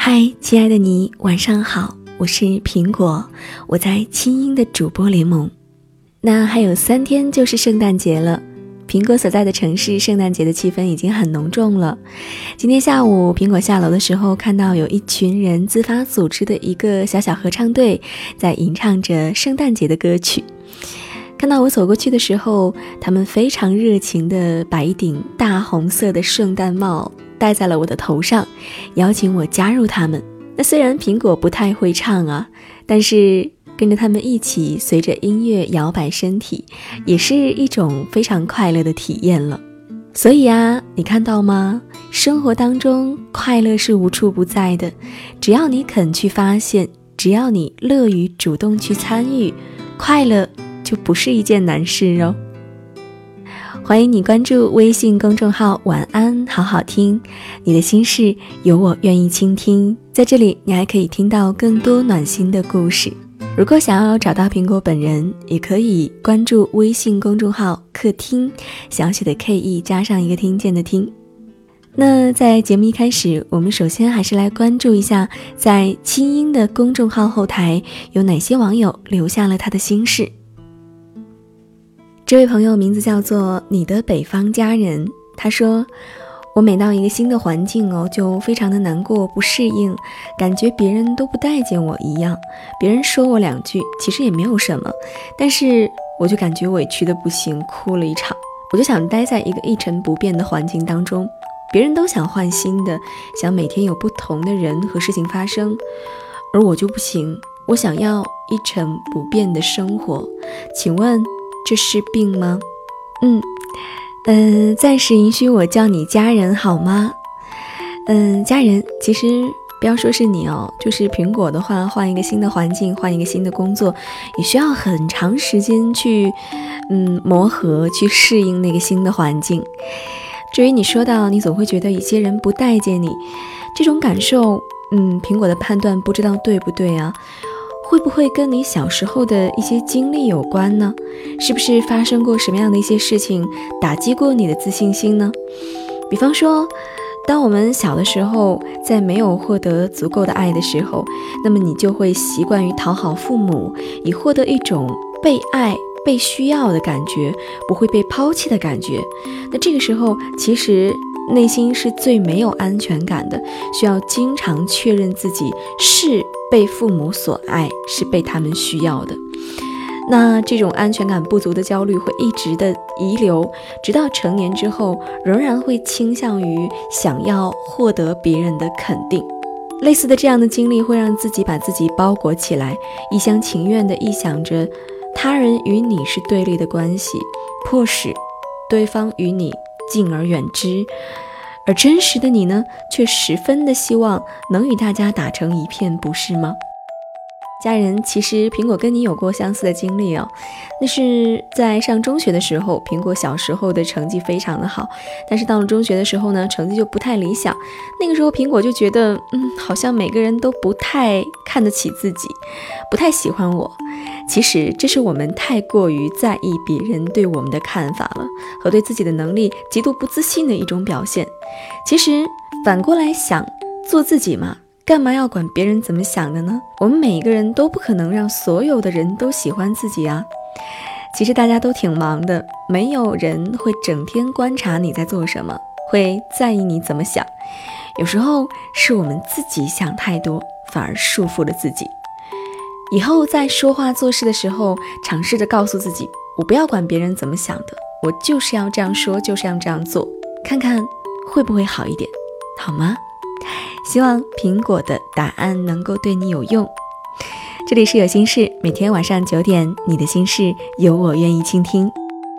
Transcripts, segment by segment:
嗨，亲爱的你，晚上好，我是苹果，我在清音的主播联盟。那还有3天就是圣诞节了，苹果所在的城市圣诞节的气氛已经很浓重了。今天下午苹果下楼的时候，看到有一群人自发组织的一个小小合唱队在吟唱着圣诞节的歌曲。看到我走过去的时候，他们非常热情地把一顶大红色的圣诞帽戴在了我的头上，邀请我加入他们。那虽然苹果不太会唱啊，但是跟着他们一起随着音乐摇摆身体，也是一种非常快乐的体验了。所以啊，你看到吗？生活当中快乐是无处不在的，只要你肯去发现，只要你乐于主动去参与，快乐就不是一件难事哦。欢迎你关注微信公众号晚安好好听，你的心事有我愿意倾听，在这里你还可以听到更多暖心的故事。如果想要找到苹果本人，也可以关注微信公众号客厅，小写的 KE 加上一个听见的听。那在节目一开始，我们首先还是来关注一下在清音的公众号后台有哪些网友留下了他的心事。这位朋友名字叫做你的北方家人，他说，我每到一个新的环境就非常的难过不适应，感觉别人都不待见我一样，别人说我2句其实也没有什么，但是我就感觉委屈的不行，哭了一场。我就想待在一个一成不变的环境当中，别人都想换新的，想每天有不同的人和事情发生，而我就不行，我想要一成不变的生活。请问这是病吗？暂时允许我叫你家人好吗？家人，其实不要说是你就是苹果的话，换一个新的环境，换一个新的工作，也需要很长时间去磨合，去适应那个新的环境。至于你说到你总会觉得一些人不待见你，这种感受苹果的判断不知道对不对啊？会不会跟你小时候的一些经历有关呢？是不是发生过什么样的一些事情打击过你的自信心呢？比方说，当我们小的时候，在没有获得足够的爱的时候，那么你就会习惯于讨好父母，以获得一种被爱被需要的感觉，不会被抛弃的感觉。那这个时候其实内心是最没有安全感的，需要经常确认自己是被父母所爱，是被他们需要的。那这种安全感不足的焦虑会一直的遗留，直到成年之后，仍然会倾向于想要获得别人的肯定。类似的这样的经历会让自己把自己包裹起来，一厢情愿地臆想着他人与你是对立的关系，迫使对方与你敬而远之，而真实的你呢，却十分的希望能与大家打成一片，不是吗？家人，其实苹果跟你有过相似的经历那是在上中学的时候，苹果小时候的成绩非常的好，但是到了中学的时候呢，成绩就不太理想。那个时候苹果就觉得好像每个人都不太看得起自己，不太喜欢我。其实这是我们太过于在意别人对我们的看法了，和对自己的能力极度不自信的一种表现。其实反过来想，做自己嘛，干嘛要管别人怎么想的呢？我们每一个人都不可能让所有的人都喜欢自己啊。其实大家都挺忙的，没有人会整天观察你在做什么，会在意你怎么想。有时候是我们自己想太多，反而束缚了自己。以后在说话做事的时候，尝试着告诉自己，我不要管别人怎么想的，我就是要这样说，就是要这样做，看看会不会好一点，好吗？希望苹果的答案能够对你有用。这里是有心事，每天晚上9点，你的心事有我愿意倾听。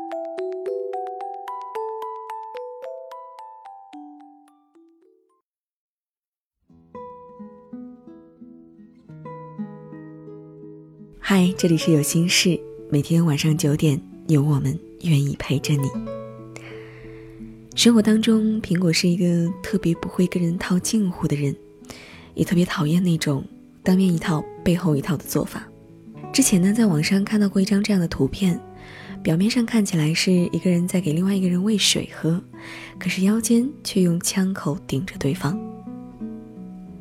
嗨，这里是有心事，每天晚上9点，有我们愿意陪着你。生活当中，苹果是一个特别不会跟人套近乎的人，也特别讨厌那种当面一套背后一套的做法。之前呢，在网上看到过一张这样的图片，表面上看起来是一个人在给另外一个人喂水喝，可是腰间却用枪口顶着对方。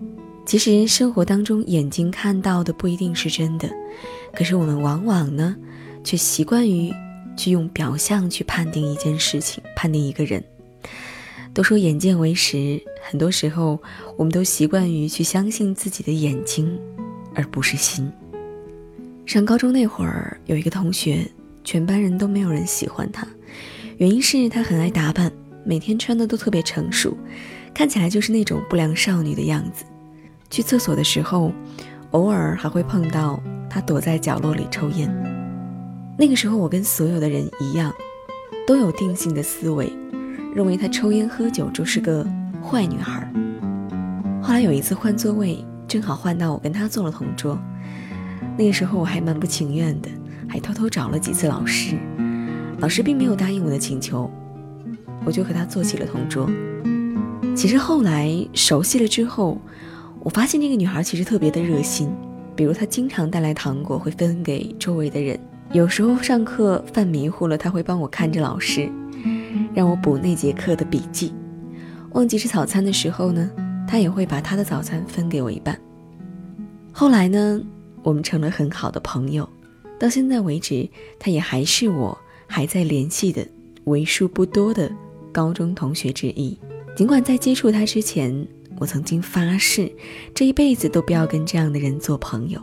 其实生活当中眼睛看到的不一定是真的，可是我们往往呢却习惯于去用表象去判定一件事情，判定一个人。都说眼见为实，很多时候我们都习惯于去相信自己的眼睛而不是心。上高中那会儿，有一个同学，全班人都没有人喜欢他，原因是他很爱打扮，每天穿的都特别成熟，看起来就是那种不良少女的样子。去厕所的时候，偶尔还会碰到他躲在角落里抽烟。那个时候我跟所有的人一样，都有定性的思维，认为他抽烟喝酒就是个坏女孩。后来有一次换座位，正好换到我跟他坐了同桌。那个时候我还蛮不情愿的，还偷偷找了几次老师，老师并没有答应我的请求，我就和他坐起了同桌。其实后来熟悉了之后，我发现这个女孩其实特别的热心，比如她经常带来糖果会分给周围的人，有时候上课犯迷糊了，她会帮我看着老师，让我补那节课的笔记。忘记吃早餐的时候呢，她也会把她的早餐分给我一半。后来呢，我们成了很好的朋友，到现在为止，她也还是我还在联系的为数不多的高中同学之一。尽管在接触她之前，我曾经发誓这一辈子都不要跟这样的人做朋友。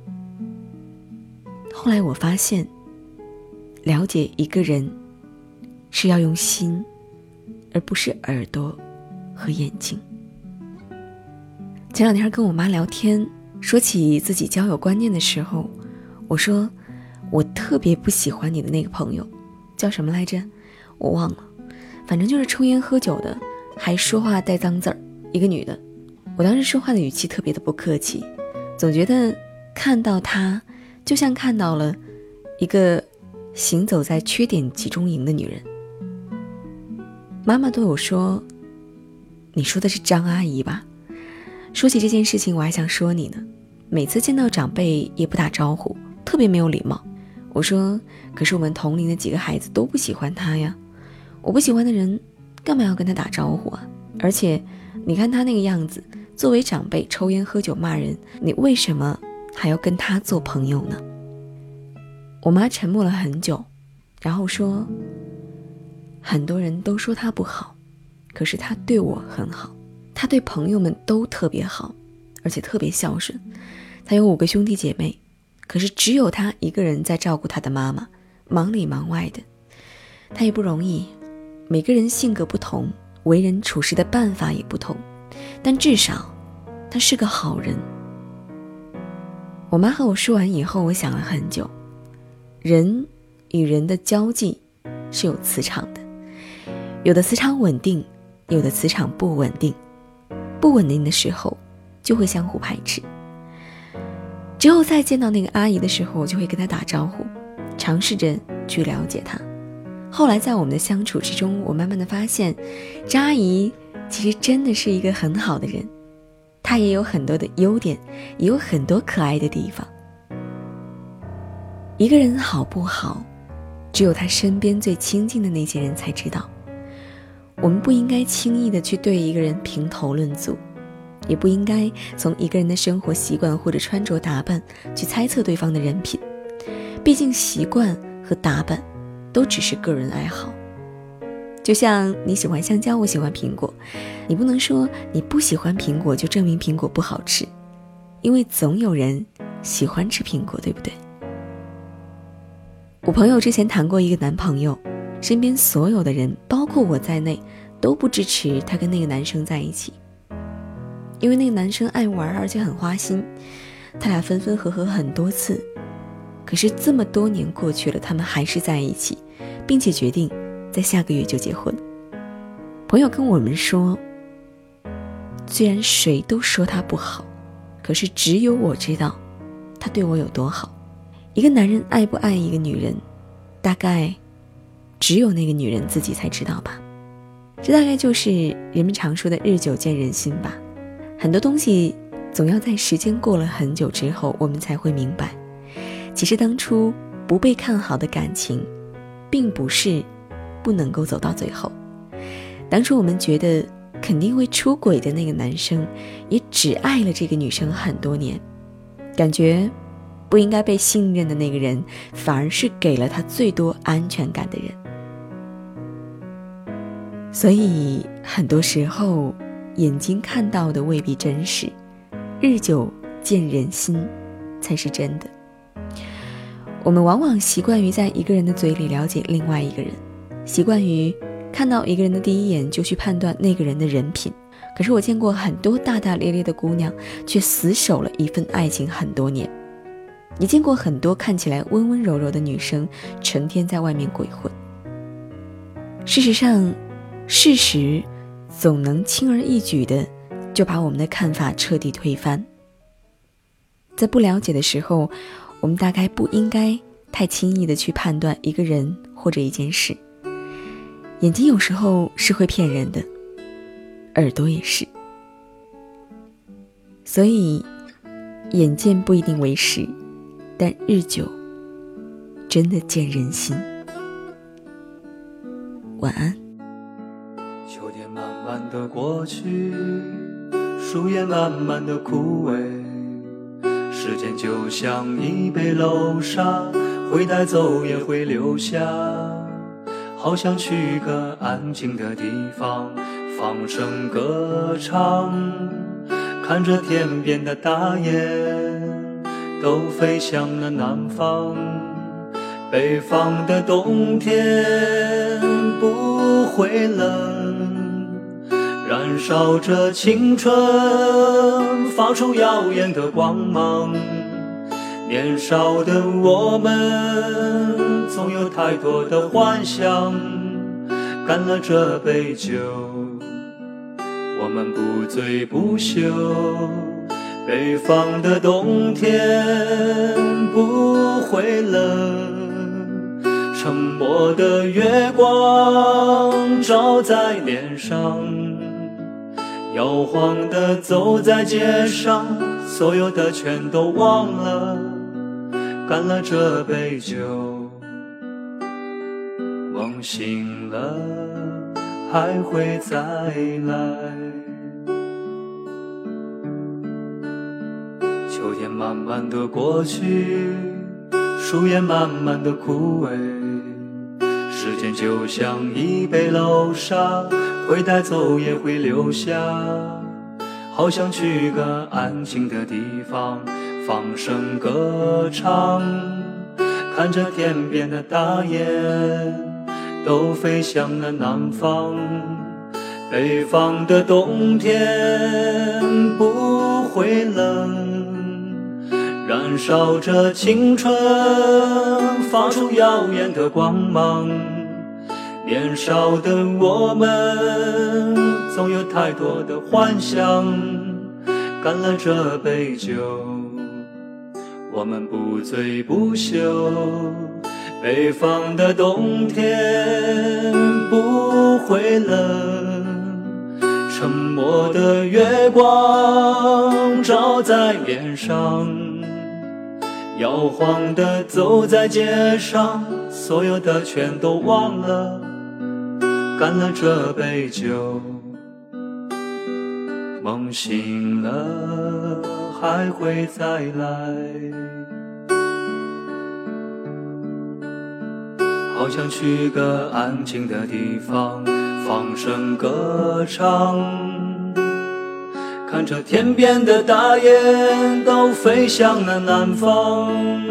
后来我发现，了解一个人是要用心，而不是耳朵和眼睛。前两天跟我妈聊天，说起自己交友观念的时候，我说我特别不喜欢你的那个朋友，叫什么来着？我忘了，反正就是抽烟喝酒的，还说话带脏字儿，一个女的。我当时说话的语气特别的不客气，总觉得看到她就像看到了一个行走在缺点集中营的女人。妈妈对我说，你说的是张阿姨吧？说起这件事情，我还想说你呢，每次见到长辈也不打招呼，特别没有礼貌。我说，可是我们同龄的几个孩子都不喜欢他呀，我不喜欢的人干嘛要跟他打招呼啊？而且你看他那个样子，作为长辈抽烟喝酒骂人，你为什么还要跟他做朋友呢？我妈沉默了很久，然后说，很多人都说他不好，可是他对我很好，他对朋友们都特别好，而且特别孝顺。他有5个兄弟姐妹，可是只有他一个人在照顾他的妈妈，忙里忙外的。他也不容易，每个人性格不同，为人处事的办法也不同，但至少他是个好人。我妈和我说完以后，我想了很久，人与人的交际是有磁场的，有的磁场稳定，有的磁场不稳定，不稳定的时候就会相互排斥。之后再见到那个阿姨的时候，我就会跟她打招呼，尝试着去了解她。后来在我们的相处之中，我慢慢的发现，张阿姨其实真的是一个很好的人，她也有很多的优点，也有很多可爱的地方。一个人好不好，只有他身边最亲近的那些人才知道。我们不应该轻易的去对一个人评头论足，也不应该从一个人的生活习惯或者穿着打扮去猜测对方的人品。毕竟习惯和打扮都只是个人爱好。就像你喜欢香蕉，我喜欢苹果，你不能说你不喜欢苹果就证明苹果不好吃，因为总有人喜欢吃苹果，对不对？我朋友之前谈过一个男朋友，身边所有的人包括我在内都不支持他跟那个男生在一起，因为那个男生爱玩而且很花心，他俩分分合合很多次，可是这么多年过去了，他们还是在一起，并且决定在下个月就结婚。朋友跟我们说，虽然谁都说他不好，可是只有我知道他对我有多好。一个男人爱不爱一个女人，大概只有那个女人自己才知道吧。这大概就是人们常说的日久见人心吧。很多东西总要在时间过了很久之后，我们才会明白，其实当初不被看好的感情并不是不能够走到最后。当初我们觉得肯定会出轨的那个男生，也只爱了这个女生很多年，感觉不应该被信任的那个人，反而是给了他最多安全感的人。所以很多时候，眼睛看到的未必真实，日久见人心才是真的。我们往往习惯于在一个人的嘴里了解另外一个人，习惯于看到一个人的第一眼就去判断那个人的人品。可是我见过很多大大咧咧的姑娘，却死守了一份爱情很多年。也见过很多看起来温温柔柔的女生，成天在外面鬼混。事实上，事实总能轻而易举的就把我们的看法彻底推翻。在不了解的时候，我们大概不应该太轻易的去判断一个人或者一件事。眼睛有时候是会骗人的，耳朵也是。所以眼见不一定为实，但日久真的见人心。晚安。 秋天慢慢的过去，树叶慢慢的枯萎，时间就像一杯漏沙，会带走也会留下。好想去个安静的地方，放声歌唱，看着天边的大雁都飞向了南方。北方的冬天不会冷，燃烧着青春，发出耀眼的光芒。年少的我们总有太多的幻想，干了这杯酒，我们不醉不休。北方的冬天不会冷，沉默的月光照在脸上，摇晃的走在街上，所有的全都忘了，干了这杯酒，梦醒了还会再来。秋天慢慢的过去，树叶慢慢的枯萎，时间就像一杯漏沙，会带走也会留下。好想去个安静的地方，放声歌唱，看着天边的大雁都飞向了南方。北方的冬天不会冷，燃烧着青春，发出耀眼的光芒。年少的我们总有太多的幻想，干了这杯酒，我们不醉不休。北方的冬天不会冷，沉默的月光照在脸上，摇晃的走在街上，所有的全都忘了，干了这杯酒，梦醒了还会再来。好想去个安静的地方，放声歌唱，看着天边的大雁都飞向了南方。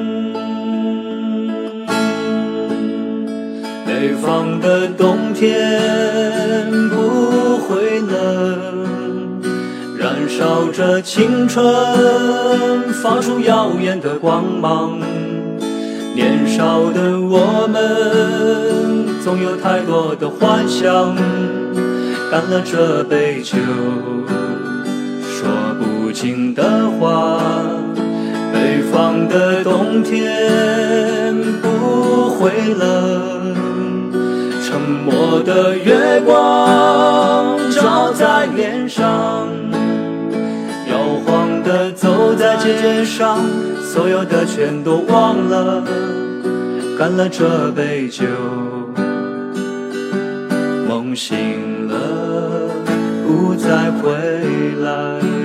北方的冬天不会冷，燃烧着青春，发出耀眼的光芒。年少的我们总有太多的幻想，干了这杯酒，说不尽的话。北方的冬天不会冷，沉默的月光照在脸上，摇晃的走在街上，所有的全都忘了，干了这杯酒，梦醒了不再回来。